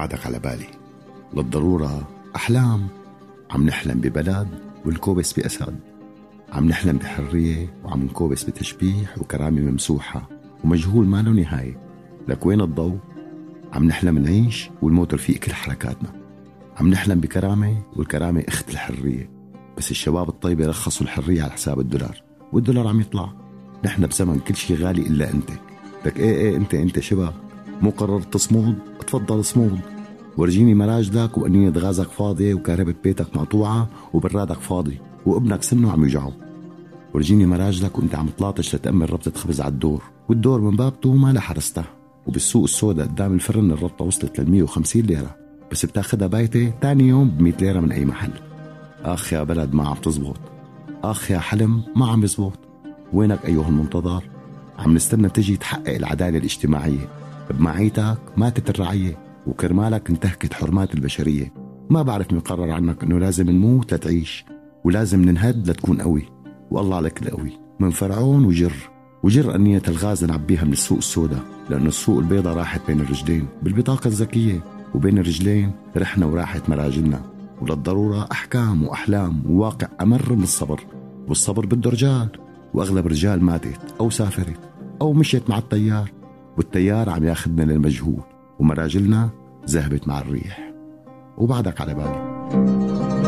وبعدك على بالي. للضرورة أحلام، عم نحلم ببلد ونكوبس بأسد، عم نحلم بحرية وعم نكوبس بتشبيح وكرامة ممسوحة ومجهول ما له نهاية. لك وين الضوء؟ عم نحلم نعيش والموت رفيق كل حركاتنا. عم نحلم بكرامة والكرامة اخت الحرية، بس الشباب الطيبة رخصوا الحرية على حساب الدولار، والدولار عم يطلع. نحن بزمن كل شيء غالي إلا أنت. لك ايه انت شباب، مو قررت تصمود؟ اتفضل صمود. ورجيني مراجلك وأنية غازك فاضية وكهربة بيتك مقطوعة وبرادك فاضي وابنك سنه عم يوجعه. ورجيني مراجلك وانت عم تلاطش لتأمل ربطة خبز على الدور، والدور من بابته ما لحرسته، وبالسوق السوداء قدام الفرن الربطة وصلت ل150 ليرة، بس بتاخدها بايتة تاني يوم ب100 ليرة من أي محل. آخ يا بلد ما عم تزبط، آخ يا حلم ما عم يزبط. وينك أيها المنتظر؟ عم نستنى تجي تحقق العدالة الاجتماعية. بمعيتك ماتت الرعية وكرمالك انتهكت حرمات البشرية. ما بعرف مقرر عنك انه لازم نموت لتعيش، ولازم ننهد لتكون قوي. والله عليك القوي من فرعون وجر أنية الغاز نعبيها من السوق السوداء، لأنه السوق البيضاء راحت بين الرجلين بالبطاقة الذكية، وبين الرجلين رحنا وراحت مراجلنا. وللضرورة أحكام وأحلام وواقع أمر من الصبر، والصبر بده رجال، وأغلب الرجال ماتت أو سافرت أو مشيت مع التيار، والتيار عم ياخدنا للمجهول، ومراجلنا ذهبت مع الريح. وبعدك على بالي.